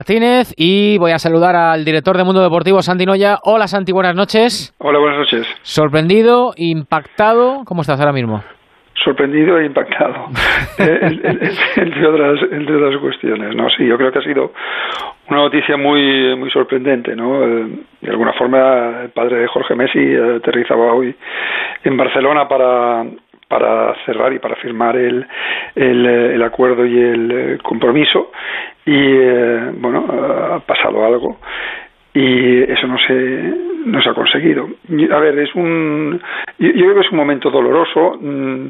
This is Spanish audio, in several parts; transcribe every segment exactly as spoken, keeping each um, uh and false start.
Martínez, y voy a saludar al director de Mundo Deportivo, Santi Noya. Hola Santi, buenas noches. Hola, buenas noches. Sorprendido, impactado, ¿cómo estás ahora mismo? Sorprendido e impactado, eh, entre, otras, entre otras cuestiones, ¿no? Sí, yo creo que ha sido una noticia muy muy sorprendente, ¿no? Eh, de alguna forma, el padre de Jorge Messi eh, aterrizaba hoy en Barcelona para para cerrar y para firmar el el, el acuerdo y el compromiso, y eh, bueno, ha pasado algo y eso no se no se ha conseguido. A ver, es un yo, yo creo que es un momento doloroso mmm,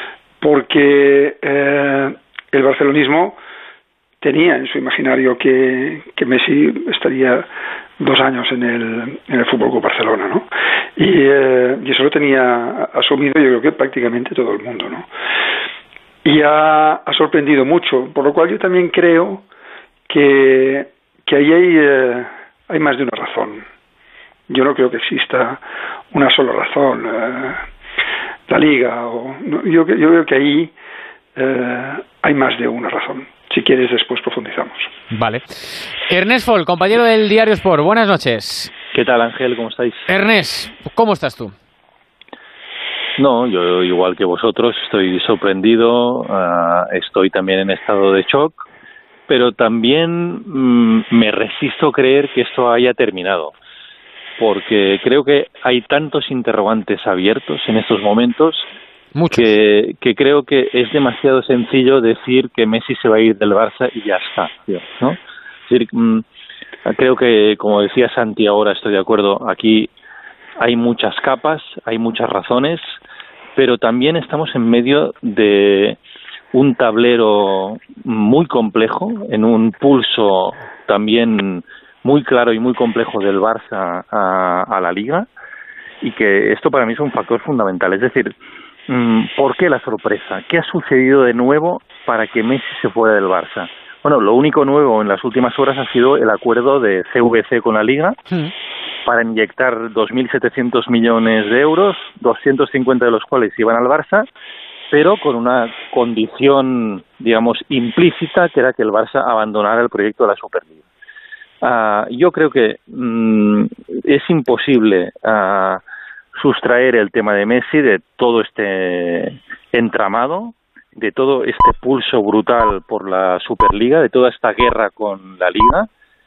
porque eh, el barcelonismo tenía en su imaginario que, que Messi estaría dos años en el en el Fútbol Club Barcelona, ¿no? Y, eh, y eso lo tenía asumido, yo creo que prácticamente todo el mundo, ¿no? Y ha, ha sorprendido mucho, por lo cual yo también creo que que ahí hay eh, hay más de una razón. Yo no creo que exista una sola razón. Eh, la Liga, o no, yo, yo creo que ahí eh, hay más de una razón. Si quieres, después profundizamos. Vale. Ernest Fol, compañero del Diario Sport, buenas noches. ¿Qué tal, Ángel? ¿Cómo estáis? Ernest, ¿cómo estás tú? No, yo igual que vosotros estoy sorprendido, uh, estoy también en estado de shock, pero también mmm, me resisto a creer que esto haya terminado, porque creo que hay tantos interrogantes abiertos en estos momentos que, que creo que es demasiado sencillo decir que Messi se va a ir del Barça y ya está, ¿no? Es decir, mmm, creo que, como decía Santi ahora, estoy de acuerdo, aquí hay muchas capas, hay muchas razones, pero también estamos en medio de un tablero muy complejo, en un pulso también muy claro y muy complejo del Barça a, a la Liga, y que esto para mí es un factor fundamental. Es decir, ¿por qué la sorpresa? ¿Qué ha sucedido de nuevo para que Messi se fuera del Barça? Bueno, lo único nuevo en las últimas horas ha sido el acuerdo de C V C con la Liga, sí, para inyectar dos mil setecientos millones de euros, doscientos cincuenta de los cuales iban al Barça, pero con una condición, digamos, implícita, que era que el Barça abandonara el proyecto de la Superliga. Uh, yo creo que mm, es imposible uh, sustraer el tema de Messi de todo este entramado, de todo este pulso brutal por la Superliga, de toda esta guerra con la Liga,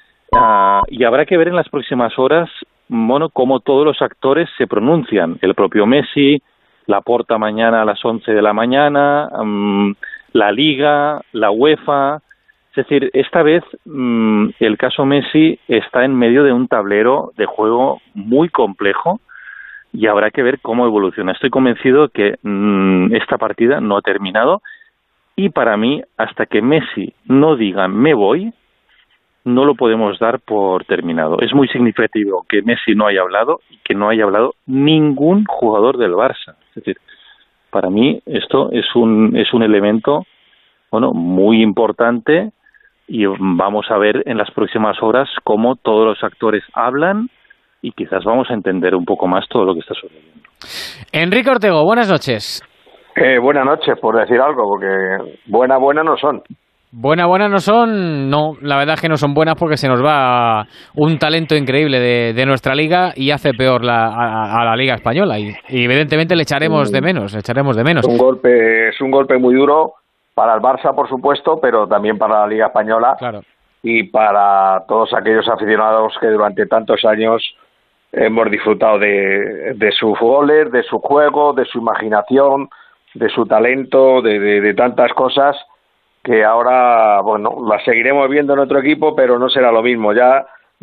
uh, y habrá que ver en las próximas horas, bueno, cómo todos los actores se pronuncian. El propio Messi, Laporta mañana a las once de la mañana, um, la Liga, la UEFA. Es decir, esta vez um, el caso Messi está en medio de un tablero de juego muy complejo y habrá que ver cómo evoluciona. Estoy convencido que um, esta partida no ha terminado, y para mí, hasta que Messi no diga me voy, no lo podemos dar por terminado. Es muy significativo que Messi no haya hablado y que no haya hablado ningún jugador del Barça. Es decir, para mí esto es un es un elemento, bueno, muy importante, y vamos a ver en las próximas horas cómo todos los actores hablan, y quizás vamos a entender un poco más todo lo que está sucediendo. Enrique Ortego, buenas noches. Eh, buenas noches, por decir algo, porque buena, buena no son. Buena, buena no son, no, la verdad es que no son buenas, porque se nos va un talento increíble de, de nuestra liga y hace peor la, a, a la Liga Española, y, y evidentemente le echaremos de menos, le echaremos de menos. Es un golpe, es un golpe muy duro para el Barça, por supuesto, pero también para la Liga Española, claro, y para todos aquellos aficionados que durante tantos años hemos disfrutado de, de sus goles, de su juego, de su imaginación, de su talento, de, de, de tantas cosas que ahora, bueno, las seguiremos viendo en otro equipo, pero no será lo mismo, ya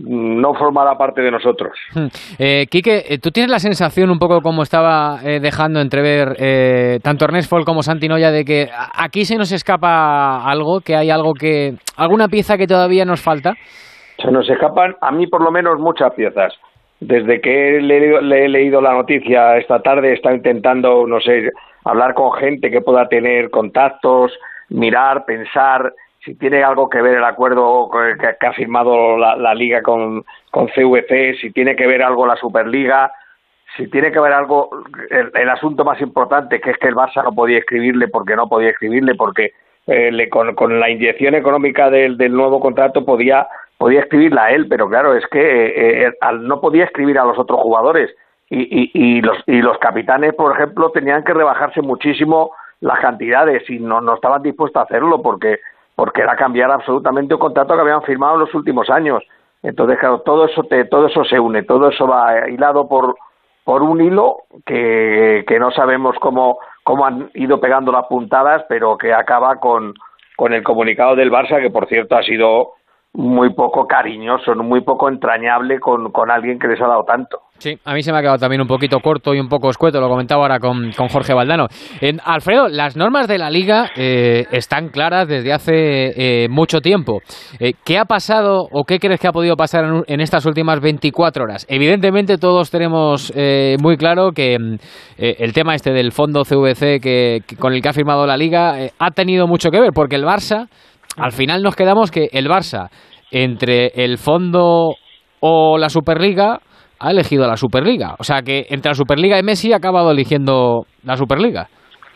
no formará parte de nosotros. Eh, Quique, ¿tú tienes la sensación, un poco como estaba eh, dejando entrever eh, tanto Ernest Fol como Santi Noya, de que aquí se nos escapa algo, que hay algo que, alguna pieza que todavía nos falta? Se nos escapan, a mí por lo menos, muchas piezas. Desde que le, le he leído la noticia esta tarde, he estado intentando, no sé, hablar con gente que pueda tener contactos, mirar, pensar si tiene algo que ver el acuerdo que, que ha firmado la, la Liga con, con C V C, si tiene que ver algo la Superliga, si tiene que ver algo, el, el asunto más importante, que es que el Barça no podía escribirle porque no podía escribirle, porque eh, le, con, con la inyección económica del, del nuevo contrato podía podía escribirla a él, pero claro, es que eh, al, no podía escribir a los otros jugadores y, y, y, los, y los capitanes, por ejemplo, tenían que rebajarse muchísimo las cantidades y no, no estaban dispuestos a hacerlo porque, porque era cambiar absolutamente un contrato que habían firmado en los últimos años. Entonces, claro, todo eso, te, todo eso se une, todo eso va hilado por, por un hilo que, que no sabemos cómo, cómo han ido pegando las puntadas, pero que acaba con, con el comunicado del Barça, que por cierto ha sido muy poco cariñoso, muy poco entrañable con, con alguien que les ha dado tanto. Sí, a mí se me ha quedado también un poquito corto y un poco escueto, lo comentaba ahora con, con Jorge Valdano. Eh, Alfredo, las normas de la Liga eh, están claras desde hace eh, mucho tiempo. Eh, ¿Qué ha pasado o qué crees que ha podido pasar en, en estas últimas veinticuatro horas? Evidentemente todos tenemos eh, muy claro que eh, el tema este del fondo C V C que, que con el que ha firmado la Liga eh, ha tenido mucho que ver, porque el Barça, al final nos quedamos que el Barça, entre el fondo o la Superliga, ha elegido la Superliga. O sea que entre la Superliga y Messi ha acabado eligiendo la Superliga.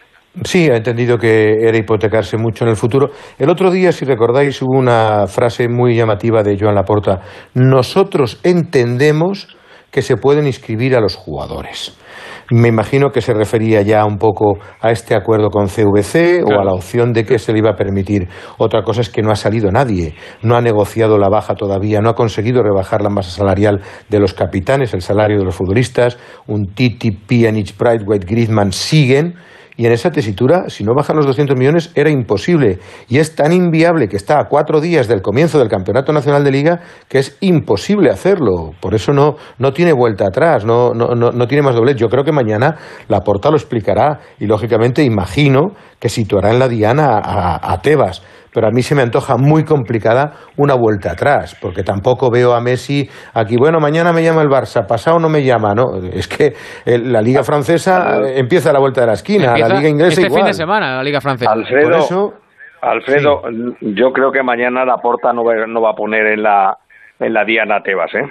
Sí, ha entendido que era hipotecarse mucho en el futuro. El otro día, si recordáis, hubo una frase muy llamativa de Joan Laporta. Nosotros entendemos que se pueden inscribir a los jugadores. Me imagino que se refería ya un poco a este acuerdo con C V C claro. o a la opción de que se le iba a permitir. Otra cosa es que no ha salido nadie, no ha negociado la baja todavía, no ha conseguido rebajar la masa salarial de los capitanes, el salario de los futbolistas. Un Titi, Pjanic, Braithwaite, Griezmann siguen. Y en esa tesitura, si no bajan los doscientos millones, era imposible. Y es tan inviable que está a cuatro días del comienzo del Campeonato Nacional de Liga que es imposible hacerlo. Por eso no, no tiene vuelta atrás, no, no, no, no tiene más doblez. Yo creo que mañana Laporta lo explicará y, lógicamente, imagino que situará en la diana a, a, a Tebas. Pero a mí se me antoja muy complicada una vuelta atrás, porque tampoco veo a Messi aquí, bueno, mañana me llama el Barça, pasado no me llama, ¿no? Es que la Liga Francesa empieza a la vuelta de la esquina, empieza, la Liga Inglesa este igual. Fin de semana, la Liga Francesa. Alfredo, Por eso, Alfredo sí. Yo creo que mañana Laporta no va, no va a poner en la, en la diana a Tebas, ¿eh?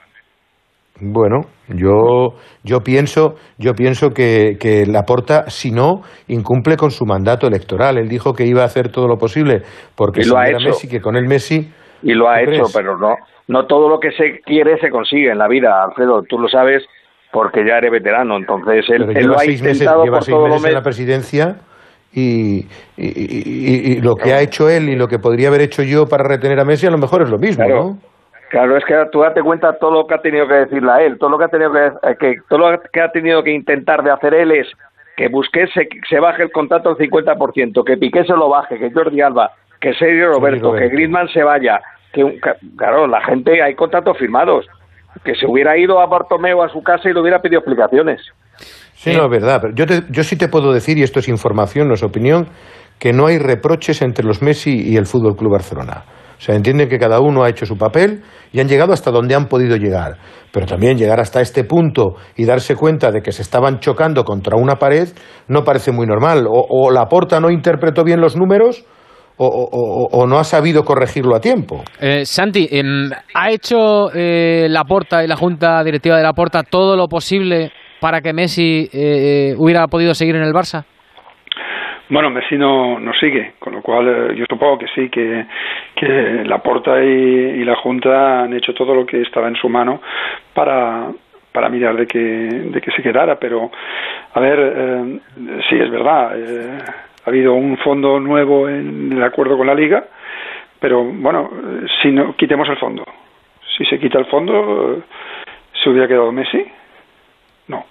Bueno, yo yo pienso yo pienso que, que Laporta, si no, incumple con su mandato electoral. Él dijo que iba a hacer todo lo posible porque y si lo ha era hecho. Messi, que con el Messi... Y lo ha hecho, crees? pero no no todo lo que se quiere se consigue en la vida, Alfredo. Tú lo sabes porque ya eres veterano. Entonces él, él lo ha seis meses, intentado lleva por seis todo meses lo en la presidencia y, y, y, y lo que ha hecho él y lo que podría haber hecho yo para retener a Messi a lo mejor es lo mismo, claro. ¿no? Claro, es que tú date cuenta todo lo que ha tenido que decirle a él, todo lo que ha tenido que, que todo lo que ha tenido que intentar de hacer él es que Busquets se, se baje el contrato al cincuenta por ciento, que Piqué se lo baje, que Jordi Alba, que Sergio Roberto, Roberto, que Griezmann se vaya, que claro, la gente, hay contratos firmados, que se hubiera ido a Bartomeu a su casa y le hubiera pedido explicaciones. Sí, no, es verdad, pero yo, te, yo sí te puedo decir, y esto es información, no es opinión, que no hay reproches entre los Messi y el Fútbol Club Barcelona. O sea, entienden que cada uno ha hecho su papel y han llegado hasta donde han podido llegar. Pero también llegar hasta este punto y darse cuenta de que se estaban chocando contra una pared no parece muy normal. O, o Laporta no interpretó bien los números o, o, o no ha sabido corregirlo a tiempo. Eh, Santi, eh, ¿ha hecho eh, Laporta y la Junta Directiva de Laporta todo lo posible para que Messi eh, hubiera podido seguir en el Barça? Bueno, Messi no, no sigue, con lo cual eh, yo supongo que sí, que, que Laporta y, y la Junta han hecho todo lo que estaba en su mano para, para mirar de que, de que se quedara, pero a ver, eh, sí, es verdad, eh, ha habido un fondo nuevo en el acuerdo con la Liga, pero bueno, si no quitemos el fondo, si se quita el fondo, ¿se hubiera quedado Messi? No.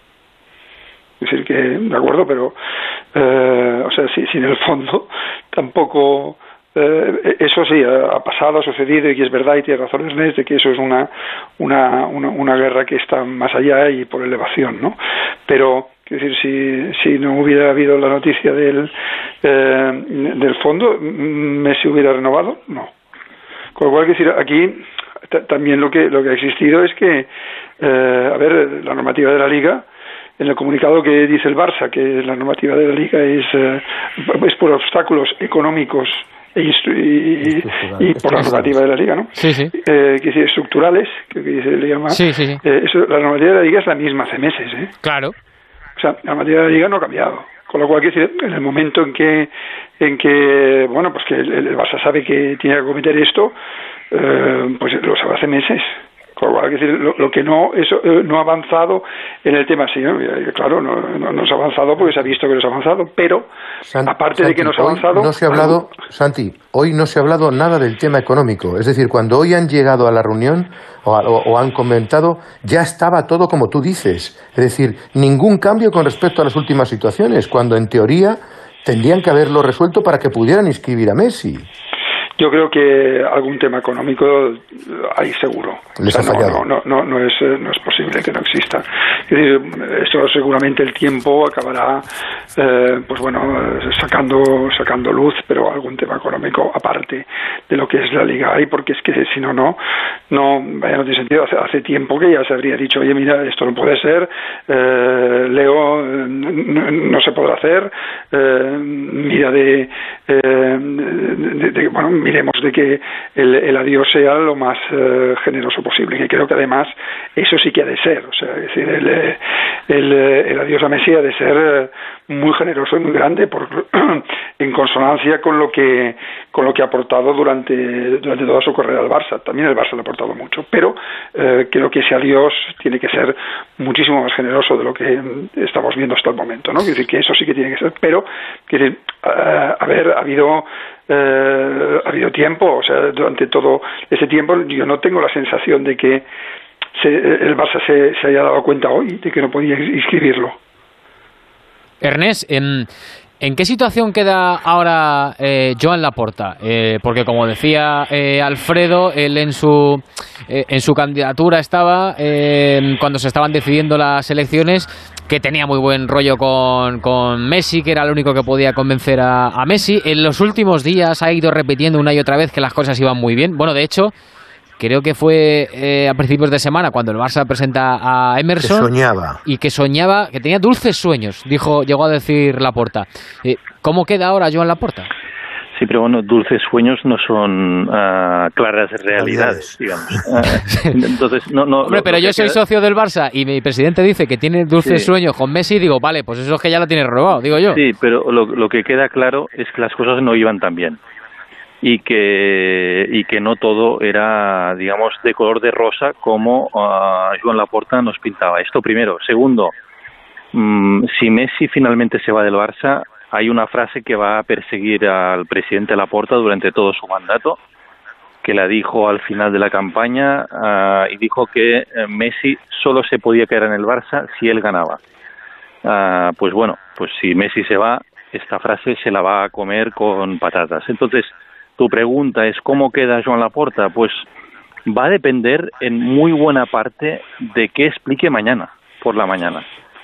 Es decir, que, de acuerdo, pero, eh, o sea, si, sin el fondo, tampoco, eh, eso sí, ha pasado, ha sucedido, y es verdad, y tiene razón Ernest, de que eso es una, una, una, una guerra que está más allá y por elevación, ¿no? Pero, es decir, si, si no hubiera habido la noticia del, eh, del fondo, ¿Messi hubiera renovado? No. Con lo cual, es decir, aquí t- también lo que, lo que ha existido es que, eh, a ver, la normativa de la Liga, en el comunicado que dice el Barça, que la normativa de la Liga es, eh, es por obstáculos económicos e y, y, y por la normativa de la Liga, ¿no? Sí, sí. Eh, que dice estructurales, que, que se le llama. Sí, sí, sí. Eh, eso, la normativa de la Liga es la misma hace meses, ¿eh? Claro. O sea, la normativa de la Liga no ha cambiado. Con lo cual, que decir, en el momento en que, en que bueno, pues que el, el Barça sabe que tiene que cometer esto, eh, pues lo sabe hace meses. Con lo cual, es decir, lo, lo que no eso, eh, no ha avanzado en el tema, sí, ¿no? Claro, no, no, no se ha avanzado porque se ha visto que no se ha avanzado, pero San, aparte Santi, de que no se ha avanzado... No se ha hablado, Santi, hoy no se ha hablado nada del tema económico. Es decir, cuando hoy han llegado a la reunión o, a, o, o han comentado, ya estaba todo como tú dices. Es decir, ningún cambio con respecto a las últimas situaciones, cuando en teoría tendrían que haberlo resuelto para que pudieran inscribir a Messi. Yo creo que algún tema económico hay seguro. Les o sea, ha fallado. No, no, no, no, es, no es posible que no exista. Es decir, eso seguramente el tiempo acabará, eh, pues bueno, sacando sacando luz, pero algún tema económico aparte de lo que es la Liga hay, porque es que si no, no, no, vaya, no tiene sentido. Hace, hace tiempo que ya se habría dicho, oye, mira, esto no puede ser, eh, Leo, no, no se podrá hacer, eh, mira de, eh, de, de, bueno, miremos de que el, el adiós sea lo más eh, generoso posible, que creo que además eso sí que ha de ser, o sea, es decir, el, el, el adiós a Messi ha de ser muy generoso y muy grande, por, en consonancia con lo que con lo que ha aportado durante durante toda su carrera al Barça. También el Barça le ha aportado mucho, pero eh, creo que ese adiós tiene que ser muchísimo más generoso de lo que estamos viendo hasta el momento, ¿no? Es decir, que eso sí que tiene que ser, pero que decir, uh, a ver, ha habido Eh, ha habido tiempo, o sea, durante todo ese tiempo yo no tengo la sensación de que se, el Barça se, se haya dado cuenta hoy de que no podía inscribirlo. Ernest, en, ¿en qué situación queda ahora eh, Joan Laporta? Eh, porque como decía eh, Alfredo, él en su eh, en su candidatura estaba eh, cuando se estaban decidiendo las elecciones, que tenía muy buen rollo con, con Messi, que era el único que podía convencer a, a Messi. En los últimos días ha ido repitiendo una y otra vez que las cosas iban muy bien. Bueno, de hecho, creo que fue eh, a principios de semana cuando el Barça presenta a Emerson. Que soñaba. Y que soñaba, que tenía dulces sueños, dijo, llegó a decir Laporta. Eh, ¿Cómo queda ahora Joan Laporta? Sí, pero bueno, dulces sueños no son uh, claras realidades, digamos. Uh, entonces, no, no. Hombre, lo, pero lo yo soy queda... socio del Barça y mi presidente dice que tiene dulces sí. sueños con Messi, digo, vale, pues eso es que ya lo tiene robado, digo yo. Sí, pero lo, lo que queda claro es que las cosas no iban tan bien y que y que no todo era, digamos, de color de rosa como uh, Joan Laporta nos pintaba. Esto primero. Segundo, mmm, si Messi finalmente se va del Barça, hay una frase que va a perseguir al presidente Laporta durante todo su mandato, que la dijo al final de la campaña uh, y dijo que uh, Messi solo se podía quedar en el Barça si él ganaba. Uh, pues bueno, pues si Messi se va, esta frase se la va a comer con patatas. Entonces, tu pregunta es ¿cómo queda Joan Laporta? Pues va a depender en muy buena parte de qué explique mañana, por la mañana.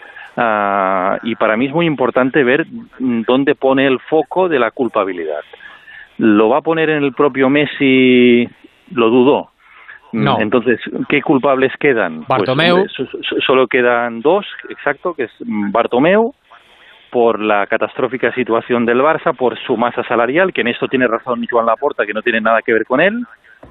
Uh, y para mí es muy importante ver dónde pone el foco de la culpabilidad. ¿Lo va a poner en el propio Messi? Lo dudo. No. Entonces, ¿qué culpables quedan? Bartomeu. Pues, hombre, so, solo quedan dos, exacto, que es Bartomeu, por la catastrófica situación del Barça, por su masa salarial, que en esto tiene razón Joan Laporta, que no tiene nada que ver con él.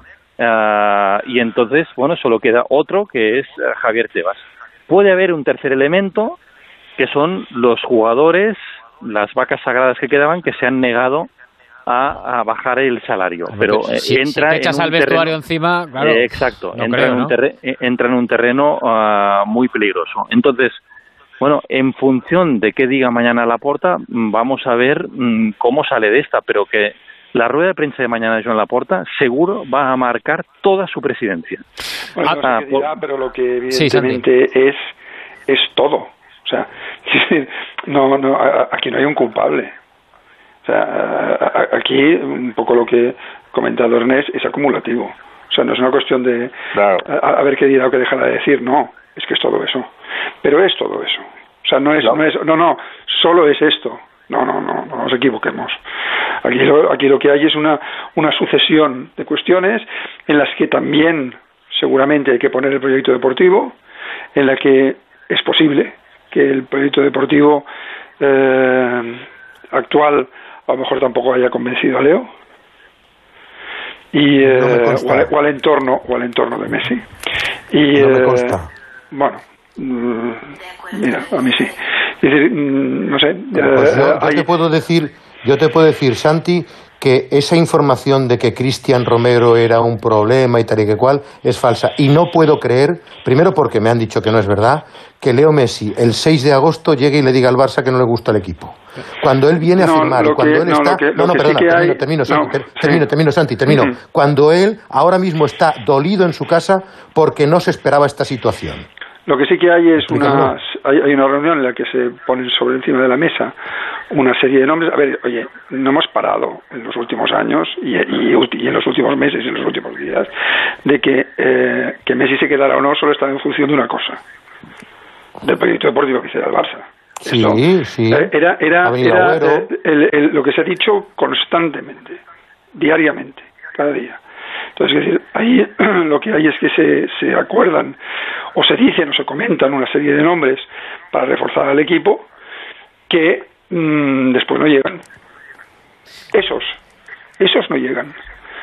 Uh, y entonces, bueno, solo queda otro, que es uh, Javier Tebas. Puede haber un tercer elemento, que son los jugadores, las vacas sagradas que quedaban, que se han negado a, a bajar el salario. Pero eh, si, entra si te echas en un al vestuario terreno, encima, claro. Eh, exacto, no entra, creo, en un ¿no? terreno, entra en un terreno uh, muy peligroso. Entonces, bueno, en función de qué diga mañana Laporta, vamos a ver um, cómo sale de esta, pero que la rueda de prensa de mañana de Joan Laporta seguro va a marcar toda su presidencia. Bueno, no sé ah, qué dirá, pero lo que Sí, evidentemente es es todo. O sea, no, no, aquí no hay un culpable. O sea, aquí un poco lo que ha comentado Ernest es acumulativo. O sea, no es una cuestión de claro. a, a ver qué dirá o qué dejará de decir. No, es que es todo eso. Pero es todo eso. O sea, no es, no, no, es, no, no, solo es esto. No, no, no, no nos equivoquemos. Aquí lo, aquí lo que hay es una, una sucesión de cuestiones en las que también seguramente hay que poner el proyecto deportivo, en la que es posible que el proyecto deportivo eh, actual a lo mejor tampoco haya convencido a Leo y eh, no o, al, o al entorno o al entorno de Messi y no me eh, consta. bueno mira, a mí sí. Es decir, no sé. Pues yo, eh, yo hay... te puedo decir, yo te puedo decir, Santi, que esa información de que Cristian Romero era un problema y tal y que cual es falsa. Y no puedo creer, primero porque me han dicho que no es verdad, que Leo Messi el seis de agosto llegue y le diga al Barça que no le gusta el equipo. Cuando él viene no, a firmar, y cuando que, él no, está... Que, no, no, perdona, sí termino, hay... termino, Santi, no, ter, sí. termino, termino, Santi, termino. Uh-huh. Cuando él ahora mismo está dolido en su casa porque no se esperaba esta situación. Lo que sí que hay es una, hay, hay una reunión en la que se ponen sobre encima de la mesa una serie de nombres. A ver, oye, no hemos parado en los últimos años y, y, y en los últimos meses y en los últimos días de que, eh, que Messi se quedara o no solo está en función de una cosa, del proyecto deportivo que hiciera el Barça. Sí, Eso, sí. Eh, era era, era eh, el, el, lo que se ha dicho constantemente, diariamente, cada día. Entonces, es decir, ahí lo que hay es que se, se acuerdan o se dicen o se comentan una serie de nombres para reforzar al equipo que mmm, después no llegan. Esos, esos no llegan.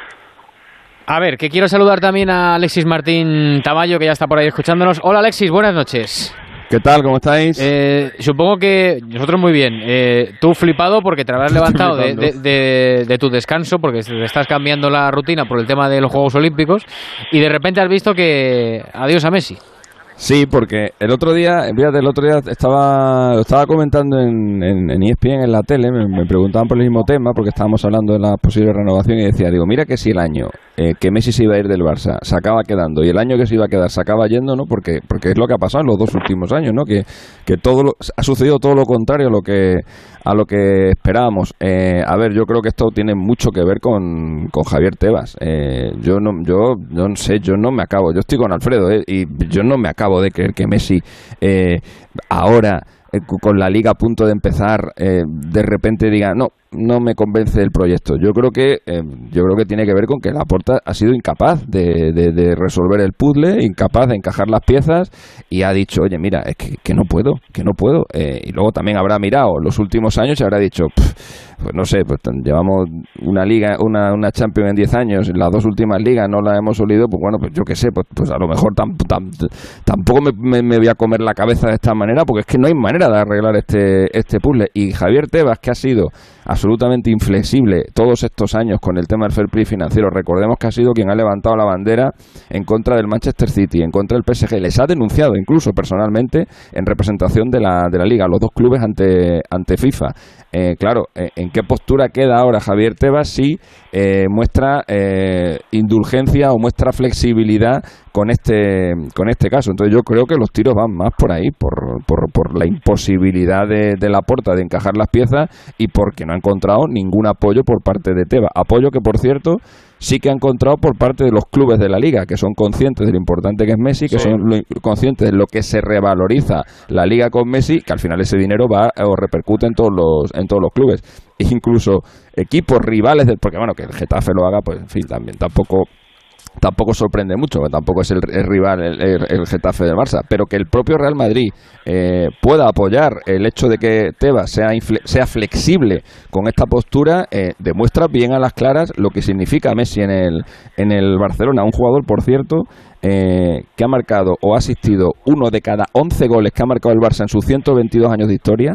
A ver, que quiero saludar también a Alexis Martín Tamayo, que ya está por ahí escuchándonos. Hola Alexis, buenas noches. ¿Qué tal? ¿Cómo estáis? Eh, supongo que nosotros muy bien. Eh, tú flipado porque te habrás levantado de, de, de, de tu descanso, porque te estás cambiando la rutina por el tema de los Juegos Olímpicos, y de repente has visto que adiós a Messi. Sí, porque el otro día, fíjate, el otro día estaba, lo estaba comentando en, en, en E S P N, en la tele, me, me preguntaban por el mismo tema, porque estábamos hablando de la posible renovación, y decía, digo, mira que si el año eh, que Messi se iba a ir del Barça se acaba quedando, y el año que se iba a quedar se acaba yendo, ¿no? Porque, porque es lo que ha pasado en los dos últimos años, ¿no? Que, que todo lo, ha sucedido todo lo contrario a lo que a lo que esperábamos. Eh, a ver, yo creo que esto tiene mucho que ver con, con Javier Tebas. Eh, yo no, yo no sé, yo no me acabo, yo estoy con Alfredo, eh, y yo no me acabo de creer que Messi eh, ahora eh, con la liga a punto de empezar eh, de repente diga no, no me convence el proyecto. Yo creo que eh, yo creo que tiene que ver con que Laporta ha sido incapaz de, de, de resolver el puzzle, incapaz de encajar las piezas, y ha dicho, oye, mira, es que, que no puedo, que no puedo. Eh, y luego también habrá mirado los últimos años y habrá dicho, pues no sé, pues llevamos una liga, una, una Champions en diez años, las dos últimas ligas no las hemos olido, pues bueno, pues yo qué sé, pues, pues a lo mejor tam, tam, tampoco me, me, me voy a comer la cabeza de esta manera, porque es que no hay manera de arreglar este, este puzzle. Y Javier Tebas, que ha sido absolutamente inflexible todos estos años con el tema del fair play financiero, recordemos que ha sido quien ha levantado la bandera en contra del Manchester City, en contra del P S G, les ha denunciado incluso personalmente en representación de la, de la Liga, los dos clubes ante, ante FIFA. Eh, claro, eh, ¿en qué postura queda ahora Javier Tebas si eh, muestra eh, indulgencia o muestra flexibilidad con este con este caso? Entonces yo creo que los tiros van más por ahí, por, por, por la imposibilidad de, de Laporta de encajar las piezas, y porque no ha encontrado ningún apoyo por parte de Tebas. Apoyo que, por cierto, sí que ha encontrado por parte de los clubes de la Liga, que son conscientes de lo importante que es Messi, que sí. son lo, conscientes de lo que se revaloriza la Liga con Messi, que al final ese dinero va o repercute en todos los en todos los clubes. E incluso equipos rivales, del, porque bueno, que el Getafe lo haga, pues en fin, también tampoco tampoco sorprende mucho, tampoco es el, el rival el, el, el Getafe del Barça, pero que el propio Real Madrid eh, pueda apoyar el hecho de que Tebas sea, infle, sea flexible con esta postura, eh, demuestra bien a las claras lo que significa Messi en el, en el Barcelona, un jugador, por cierto, eh, que ha marcado o ha asistido uno de cada once goles que ha marcado el Barça en sus ciento veintidós años de historia.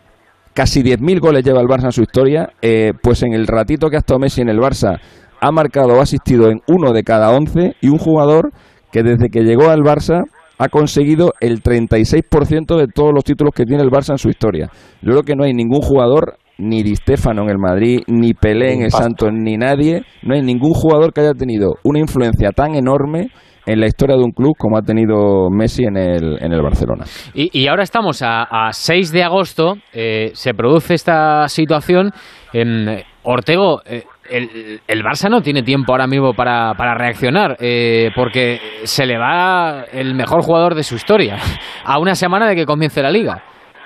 Casi diez mil goles lleva el Barça en su historia, eh, pues en el ratito que ha estado Messi en el Barça ha marcado o ha asistido en uno de cada once, y un jugador que desde que llegó al Barça ha conseguido el treinta y seis por ciento de todos los títulos que tiene el Barça en su historia. Yo creo que no hay ningún jugador, ni Di Stéfano en el Madrid, ni Pelé en el Santos, ni nadie, no hay ningún jugador que haya tenido una influencia tan enorme en la historia de un club como ha tenido Messi en el, en el Barcelona. Y, y ahora estamos a, a seis de agosto, eh, se produce esta situación. Eh, Ortego, eh, el, el Barça no tiene tiempo ahora mismo para, para reaccionar, eh, porque se le va el mejor jugador de su historia a una semana de que comience la Liga.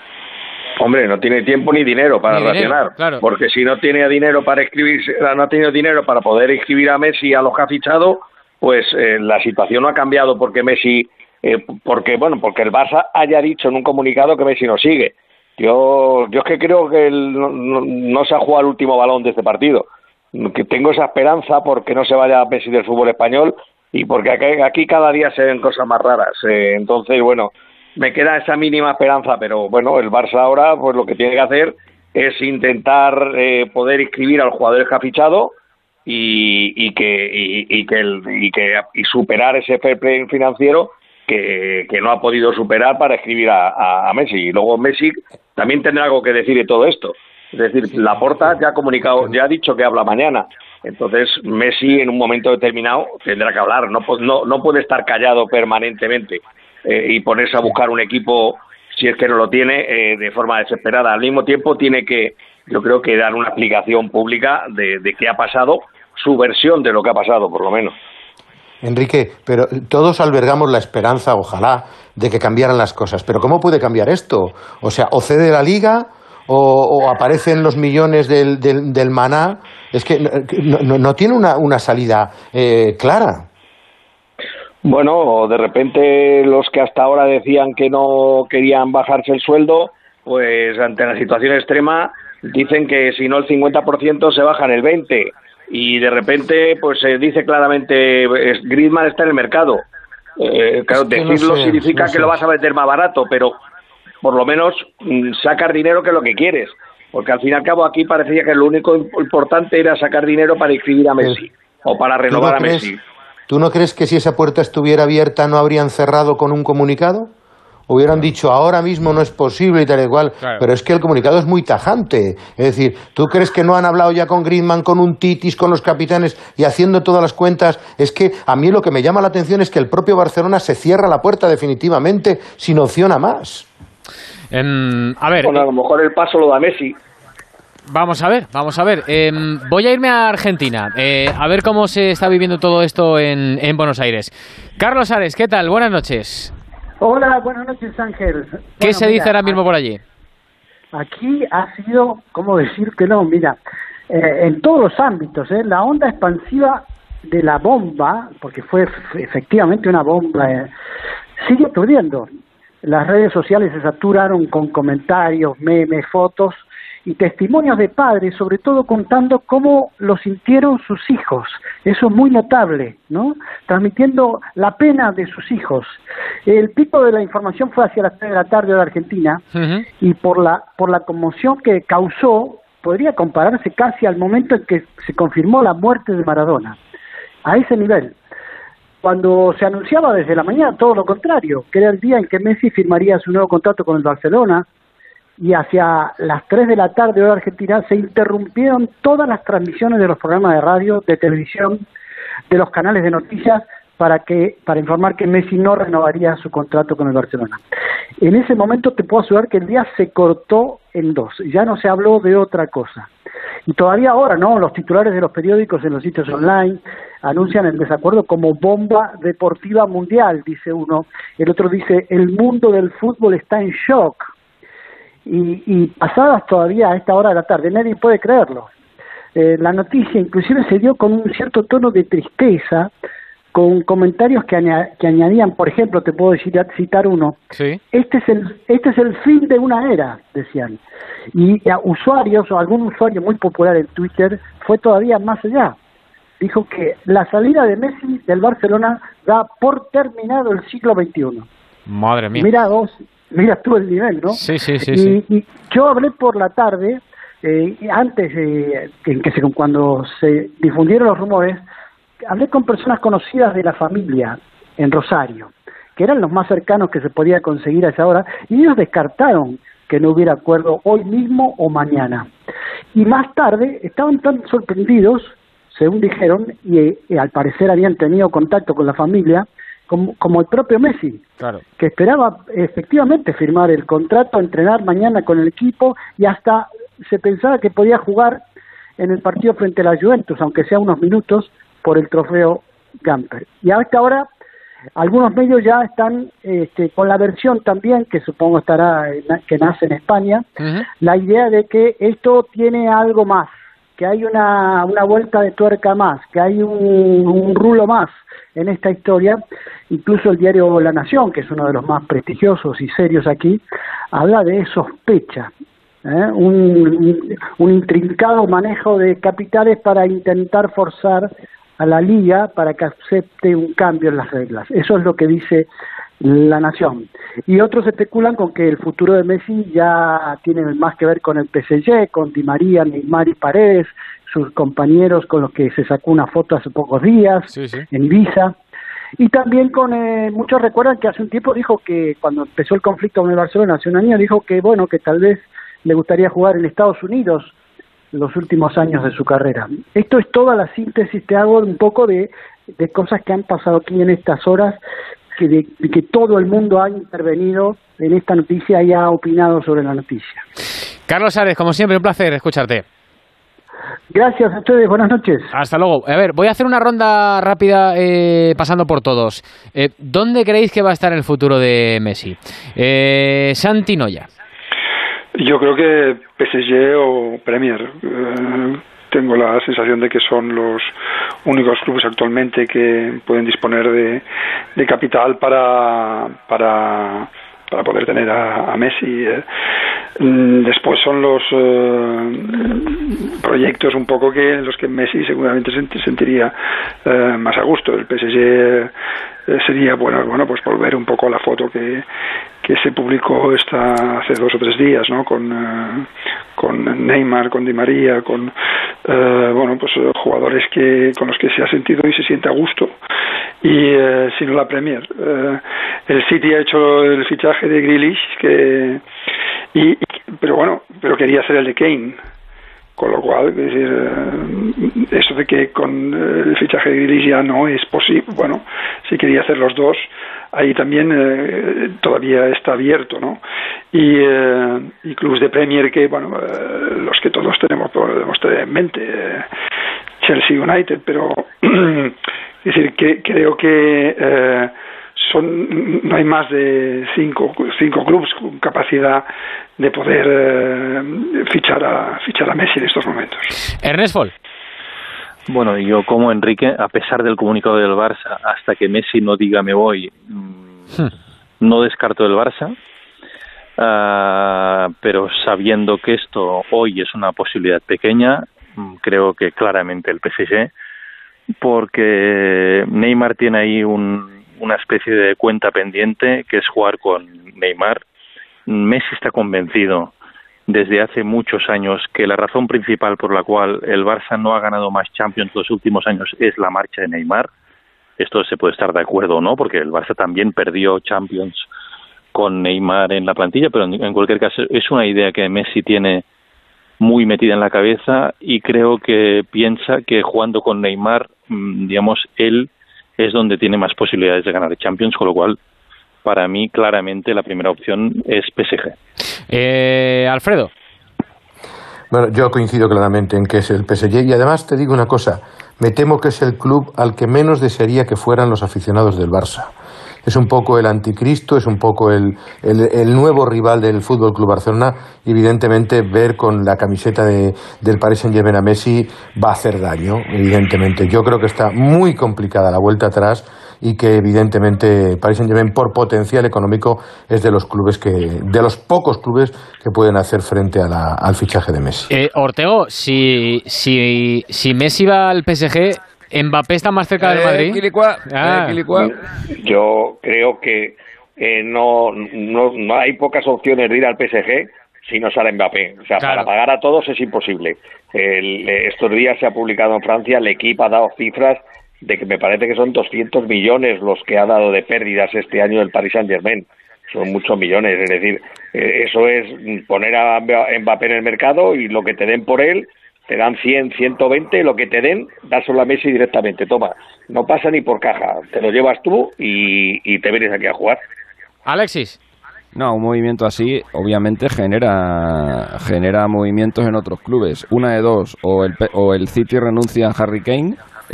Hombre, no tiene tiempo ni dinero para ni reaccionar, dinero, claro. Porque si no tiene dinero para escribir, no ha tenido dinero para poder escribir a Messi a los que ha fichado, pues eh, la situación no ha cambiado porque Messi, eh, porque bueno, porque el Barça haya dicho en un comunicado que Messi no sigue. Yo, yo es que creo que el, no, no, no se ha jugado el último balón de este partido. Que tengo esa esperanza porque no se vaya Messi del fútbol español, y porque aquí, aquí cada día se ven cosas más raras. Eh, entonces, bueno, me queda esa mínima esperanza, pero bueno, el Barça ahora pues lo que tiene que hacer es intentar eh, poder inscribir al jugador que ha fichado y, y que y, y que el, y que y superar ese fair play financiero que, que no ha podido superar para escribir a, a, a Messi. Y luego Messi también tendrá algo que decir de todo esto. Es decir, sí, Laporta ya ha comunicado, ya ha dicho que habla mañana. Entonces Messi en un momento determinado tendrá que hablar. No, no, no puede estar callado permanentemente eh, y ponerse a buscar un equipo, si es que no lo tiene, eh, de forma desesperada. Al mismo tiempo tiene que, yo creo que dar una explicación pública de, de qué ha pasado, su versión de lo que ha pasado, por lo menos. Enrique, pero todos albergamos la esperanza, ojalá, de que cambiaran las cosas. Pero ¿cómo puede cambiar esto? O sea, o cede la Liga o, o aparecen los millones del, del, del Maná. Es que no, no, no tiene una, una salida eh, clara. Bueno, de repente los que hasta ahora decían que no querían bajarse el sueldo, pues ante la situación extrema dicen que si no el cincuenta por ciento se bajan el veinte por ciento. Y de repente pues se dice claramente Griezmann está en el mercado. Eh, claro, es que decirlo no sé, significa no sé. que lo vas a vender más barato, pero por lo menos mmm, sacas dinero, que es lo que quieres. Porque al fin y al cabo aquí parecía que lo único importante era sacar dinero para inscribir a Messi el, o para renovar no a Messi. ¿Tú no crees que si esa puerta estuviera abierta no habrían cerrado con un comunicado? Hubieran dicho ahora mismo no es posible y tal y cual, claro. Pero es que el comunicado es muy tajante. Es decir, ¿tú crees que no han hablado ya con Griezmann, con un Titis, con los capitanes y haciendo todas las cuentas? Es que a mí lo que me llama la atención es que el propio Barcelona se cierra la puerta definitivamente sin opción a más. Um, a ver, bueno, a lo mejor el paso lo da Messi. Vamos a ver, vamos a ver. Eh, voy a irme a Argentina, eh, a ver cómo se está viviendo todo esto en, en Buenos Aires. Carlos Ares, ¿qué tal? Buenas noches. Hola, buenas noches, Ángel. ¿Qué bueno, se mira, dice ahora mismo por allí? Aquí ha sido, ¿cómo decir que no? Mira, eh, en todos los ámbitos, eh, la onda expansiva de la bomba, porque fue efectivamente una bomba, eh, sigue ocurriendo. Las redes sociales se saturaron con comentarios, memes, fotos y testimonios de padres, sobre todo contando cómo lo sintieron sus hijos. Eso es muy notable, ¿no? Transmitiendo la pena de sus hijos. El pico de la información fue hacia las tres de la tarde de Argentina, uh-huh. y por la por la conmoción que causó, podría compararse casi al momento en que se confirmó la muerte de Maradona. A ese nivel. Cuando se anunciaba desde la mañana todo lo contrario, que era el día en que Messi firmaría su nuevo contrato con el Barcelona, y hacia las tres de la tarde hora argentina se interrumpieron todas las transmisiones de los programas de radio, de televisión, de los canales de noticias para que para informar que Messi no renovaría su contrato con el Barcelona. En ese momento te puedo asegurar que el día se cortó en dos, ya no se habló de otra cosa. Y todavía ahora, ¿no? Los titulares de los periódicos en los sitios online anuncian el desacuerdo como bomba deportiva mundial, dice uno. El otro dice, el mundo del fútbol está en shock. Y, y pasadas todavía a esta hora de la tarde, nadie puede creerlo. Eh, la noticia inclusive se dio con un cierto tono de tristeza, con comentarios que, aña, que añadían, por ejemplo, te puedo decir, citar uno, ¿sí? este es el este es el fin de una era, decían. Y a usuarios, o algún usuario muy popular en Twitter, fue todavía más allá. Dijo que la salida de Messi del Barcelona da por terminado el siglo veintiuno. Madre mía. Mira vos, mira tú el nivel, ¿no? Sí, sí, sí. Y, sí. y yo hablé por la tarde, eh, antes eh, en que se, cuando se difundieron los rumores, hablé con personas conocidas de la familia en Rosario, que eran los más cercanos que se podía conseguir a esa hora, y ellos descartaron que no hubiera acuerdo hoy mismo o mañana. Y más tarde estaban tan sorprendidos, según dijeron, y, y al parecer habían tenido contacto con la familia, Como, como el propio Messi, claro. que esperaba efectivamente firmar el contrato, entrenar mañana con el equipo y hasta se pensaba que podía jugar en el partido frente a la Juventus, aunque sea unos minutos, por el trofeo Gamper. Y hasta ahora algunos medios ya están este, con la versión también, que supongo estará, que nace en España, uh-huh. la idea de que esto tiene algo más, que hay una, una vuelta de tuerca más, que hay un, un rulo más en esta historia. Incluso el diario La Nación, que es uno de los más prestigiosos y serios aquí, habla de sospecha, ¿eh? un, un, un intrincado manejo de capitales para intentar forzar a la Liga para que acepte un cambio en las reglas. Eso es lo que dice La Nación. Y otros especulan con que el futuro de Messi ya tiene más que ver con el P S G, con Di María, Neymar y Paredes, sus compañeros con los que se sacó una foto hace pocos días sí, sí. en Ibiza. Y también con, eh, muchos recuerdan que hace un tiempo dijo que cuando empezó el conflicto con el Barcelona, hace un año, dijo que bueno, que tal vez le gustaría jugar en Estados Unidos los últimos años de su carrera. Esto es toda la síntesis, te hago un poco de, de cosas que han pasado aquí en estas horas, que, de, de que todo el mundo ha intervenido en esta noticia y ha opinado sobre la noticia. Carlos Ares, como siempre, un placer escucharte. Gracias a ustedes, buenas noches. Hasta luego. A ver, voy a hacer una ronda rápida eh, pasando por todos. Eh, ¿Dónde creéis que va a estar el futuro de Messi? Eh, Santi Noya. Yo creo que P S G o Premier. Eh, tengo la sensación de que son los únicos clubes actualmente que pueden disponer de, de capital para para para poder tener a, a Messi. Eh, después son los eh, proyectos un poco que en los que Messi seguramente se sentiría eh, más a gusto. El P S G eh, sería bueno, bueno, pues volver un poco a la foto que que se publicó esta hace dos o tres días, ¿no? Con eh, con Neymar, con Di María, con eh, bueno, pues jugadores que con los que se ha sentido y se siente a gusto. Y eh, si no la Premier, eh, el City ha hecho el fichaje de Grealish, que y, y pero bueno, pero quería hacer el de Kane. Con lo cual, es decir, eh, eso de que con el fichaje de Grealish ya no es posible, bueno, si quería hacer los dos, ahí también eh, todavía está abierto, ¿no? Y, eh, y clubes de Premier que, bueno, eh, los que todos tenemos, podemos tener en mente, eh, Chelsea United, pero es decir, que creo que eh, son no hay más de cinco cinco clubes con capacidad de poder eh, fichar a fichar a Messi en estos momentos. Ernest Fol. Bueno, yo como Enrique, a pesar del comunicado del Barça, hasta que Messi no diga me voy, hmm. no descarto el Barça, uh, pero sabiendo que esto hoy es una posibilidad pequeña, creo que claramente el P S G, porque Neymar tiene ahí un una especie de cuenta pendiente que es jugar con Neymar. Messi está convencido desde hace muchos años que la razón principal por la cual el Barça no ha ganado más Champions los últimos años es la marcha de Neymar. Esto se puede estar de acuerdo o no, porque el Barça también perdió Champions con Neymar en la plantilla, pero en cualquier caso es una idea que Messi tiene muy metida en la cabeza y creo que piensa que jugando con Neymar, digamos, él es donde tiene más posibilidades de ganar Champions, con lo cual, para mí, claramente, la primera opción es P S G. Eh, Alfredo. Bueno, yo coincido claramente en que es el P S G y además te digo una cosa, me temo que es el club al que menos desearía que fueran los aficionados del Barça. Es un poco el anticristo, es un poco el, el, el nuevo rival del Fútbol Club Barcelona. Evidentemente, ver con la camiseta de, del Paris Saint-Germain a Messi va a hacer daño, evidentemente. Yo creo que está muy complicada la vuelta atrás y que, evidentemente, Paris Saint-Germain, por potencial económico, es de los clubes que, de los pocos clubes que pueden hacer frente a la, al fichaje de Messi. Eh, Ortego, si, si, si Messi va al P S G, ¿Mbappé está más cerca del Madrid? Eh, ah. eh, Yo creo que eh, no, no, no hay pocas opciones de ir al P S G si no sale Mbappé. O sea, claro, para pagar a todos es imposible. El, estos días se ha publicado en Francia, el equipo ha dado cifras de que me parece que son doscientos millones los que ha dado de pérdidas este año el Paris Saint-Germain. Son muchos millones, es decir, eh, eso es poner a Mbappé en el mercado y lo que te den por él, te dan cien, ciento veinte, lo que te den, dárselo a Messi directamente. Toma, no pasa ni por caja, te lo llevas tú y, y te vienes aquí a jugar. Alexis. No, un movimiento así obviamente genera genera movimientos en otros clubes. Una de dos, o el, o el City renuncia a Harry Kane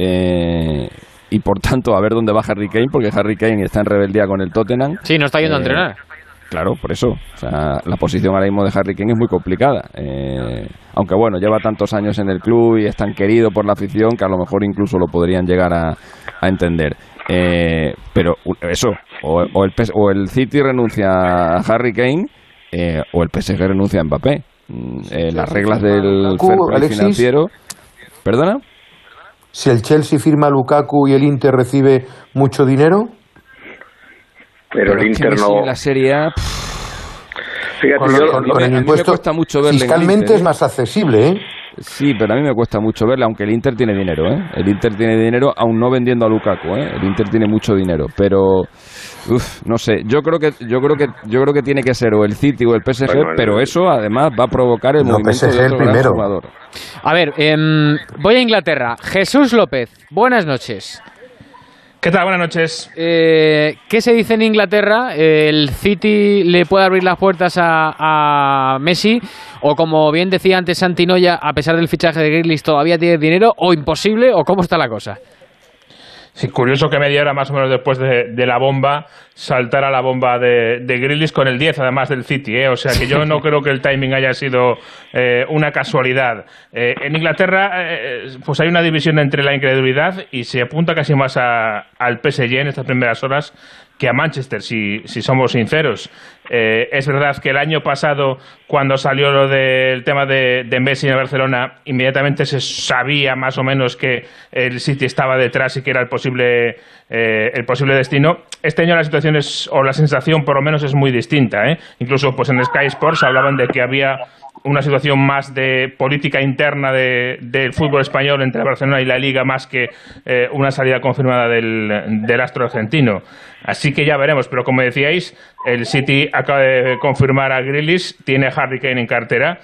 eh, y por tanto a ver dónde va Harry Kane, porque Harry Kane está en rebeldía con el Tottenham. Sí, no está yendo eh, a entrenar. Claro, por eso. O sea, la posición ahora mismo de Harry Kane es muy complicada. Eh, aunque bueno, lleva tantos años en el club y es tan querido por la afición que a lo mejor incluso lo podrían llegar a, a entender. Eh, pero eso, o, o, el, o el City renuncia a Harry Kane eh, o el P S G renuncia a Mbappé. Eh, las reglas del fair play financiero... ¿Perdona? Si el Chelsea firma a Lukaku y el Inter recibe mucho dinero... pero, pero el Inter no... En la Serie A... Fíjate, con, yo, con, con el impuesto mucho fiscalmente Inter, es más accesible, ¿eh? Sí, pero a mí me cuesta mucho verle, aunque el Inter tiene dinero, ¿eh? El Inter tiene dinero, aún no vendiendo a Lukaku, ¿eh? El Inter tiene mucho dinero, pero uf, no sé, yo creo que yo creo que yo creo que tiene que ser o el City o el P S G, bueno, pero eso además va a provocar el no, movimiento P S G de otro gran jugador. A ver, eh, voy a Inglaterra. Jesús López, buenas noches. ¿Qué tal? Buenas noches. Eh, ¿Qué se dice en Inglaterra? ¿El City le puede abrir las puertas a, a Messi? ¿O como bien decía antes Santi Noya, a pesar del fichaje de Grealish todavía tiene dinero? ¿O imposible? ¿O cómo está la cosa? Sí, curioso que media hora más o menos después de, de la bomba saltara la bomba de, de Grealish con el diez además del City, ¿eh? O sea que yo no creo que el timing haya sido eh, una casualidad. Eh, en Inglaterra eh, pues hay una división entre la incredulidad y se apunta casi más a, al P S G en estas primeras horas que a Manchester, si, si somos sinceros. Eh, es verdad que el año pasado, cuando salió lo del tema de, de Messi en el Barcelona, inmediatamente se sabía más o menos que el City estaba detrás y que era el posible, eh, el posible destino. Este año la situación es, o la sensación por lo menos es muy distinta, ¿eh? Incluso pues en Sky Sports hablaban de que había una situación más de política interna de, del fútbol español entre Barcelona y la Liga más que eh, una salida confirmada del, del astro argentino. Así que ya veremos, pero como decíais, el City acaba de confirmar a Grealish, tiene a Harry Kane en cartera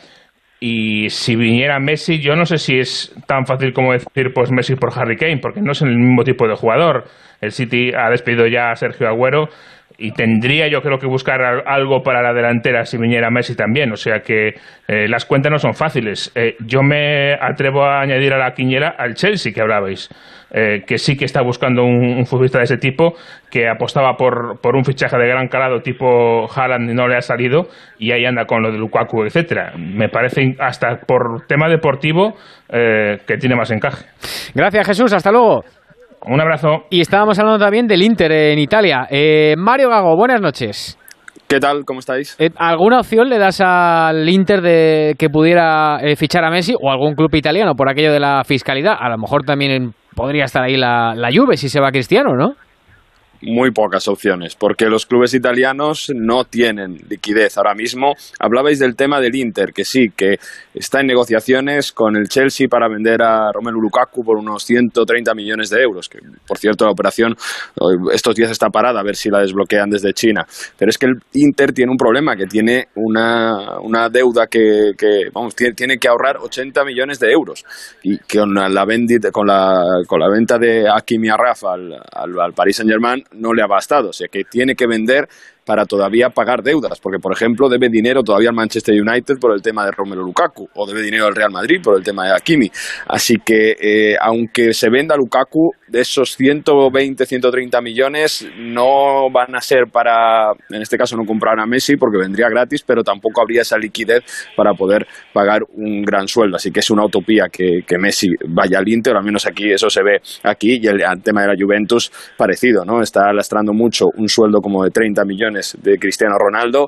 y si viniera Messi, yo no sé si es tan fácil como decir pues Messi por Harry Kane, porque no es el mismo tipo de jugador. El City ha despedido ya a Sergio Agüero y tendría yo creo que buscar algo para la delantera si viniera Messi también, o sea que eh, las cuentas no son fáciles. Eh, yo me atrevo a añadir a la quiniela al Chelsea que hablabais, eh, que sí que está buscando un, un futbolista de ese tipo, que apostaba por, por un fichaje de gran calado tipo Haaland y no le ha salido, y ahí anda con lo de Lukaku, etcétera. Me parece hasta por tema deportivo eh, que tiene más encaje. Gracias, Jesús, hasta luego. Un abrazo. Y estábamos hablando también del Inter en Italia. Eh, Mario Gago, buenas noches. ¿Qué tal? ¿Cómo estáis? Eh, ¿Alguna opción le das al Inter de que pudiera eh, fichar a Messi o algún club italiano por aquello de la fiscalidad? A lo mejor también podría estar ahí la, la Juve si se va Cristiano, ¿no? Muy pocas opciones, porque los clubes italianos no tienen liquidez ahora mismo. Hablabais del tema del Inter, que sí, que está en negociaciones con el Chelsea para vender a Romelu Lukaku por unos ciento treinta millones de euros, que por cierto la operación estos días está parada, a ver si la desbloquean desde China. Pero es que el Inter tiene un problema, que tiene una, una deuda que, que vamos, tiene, tiene que ahorrar ochenta millones de euros, y que con la, vendi, con la, con la venta de Hakimi Arraf al, al, al Paris Saint-Germain no le ha bastado, o sea que tiene que vender para todavía pagar deudas, porque por ejemplo debe dinero todavía al Manchester United por el tema de Romelu Lukaku, o debe dinero al Real Madrid por el tema de Hakimi, así que eh, aunque se venda Lukaku, de esos ciento veinte, ciento treinta millones no van a ser para, en este caso no comprar a Messi porque vendría gratis, pero tampoco habría esa liquidez para poder pagar un gran sueldo, así que es una utopía que, que Messi vaya al Inter, al menos aquí eso se ve aquí, y el, el tema de la Juventus parecido, ¿no? Está lastrando mucho un sueldo como de treinta millones de Cristiano Ronaldo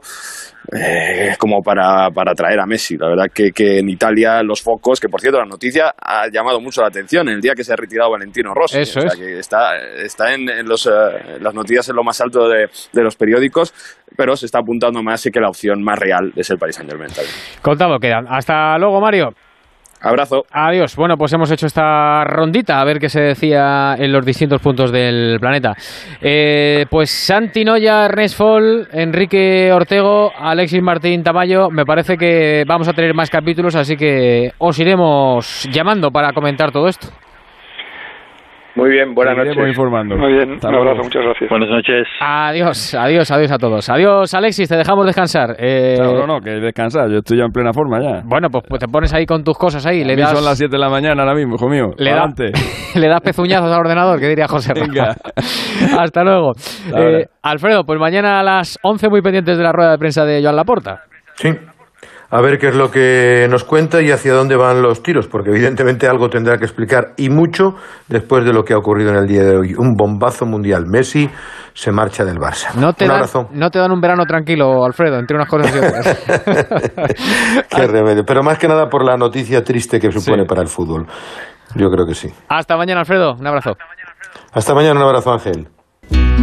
eh, como para, para traer a Messi. La verdad que, que en Italia los focos, que por cierto la noticia ha llamado mucho la atención el día que se ha retirado Valentino Rossi. Eso o sea, es. que está, está en, en los, eh, las noticias en lo más alto de, de los periódicos, pero se está apuntando más y que la opción más real es el Paris Saint-Germain. Contado quedan. Hasta luego, Mario. Abrazo. Adiós. Bueno, pues hemos hecho esta rondita a ver qué se decía en los distintos puntos del planeta. Eh, pues Santi Noya, Ernest Fall, Enrique Ortego, Alexis Martín Tamayo, me parece que vamos a tener más capítulos, así que os iremos llamando para comentar todo esto. Muy bien, buenas noches. Informando. Muy bien, Hasta un abrazo, luego. muchas gracias. Buenas noches. Adiós, adiós, adiós a todos. Adiós, Alexis, te dejamos descansar. Eh... No, no, no, que descansar, yo estoy ya en plena forma ya. Bueno, pues, pues te pones ahí con tus cosas ahí. A le mí das... son las siete de la mañana ahora mismo, hijo mío. Le, da... le das pezuñazos al ordenador, que diría José. Venga. Hasta luego. Eh, Alfredo, pues mañana a las once muy pendientes de la rueda de prensa de Joan Laporta. Sí. A ver qué es lo que nos cuenta y hacia dónde van los tiros, porque evidentemente algo tendrá que explicar, y mucho después de lo que ha ocurrido en el día de hoy. Un bombazo mundial. Messi se marcha del Barça. No te, un dan, abrazo. no te dan un verano tranquilo, Alfredo, entre unas cosas y otras. Qué remedio. Pero más que nada por la noticia triste que supone sí. para el fútbol. Yo creo que sí. Hasta mañana, Alfredo. Un abrazo. Hasta mañana, un abrazo, Ángel.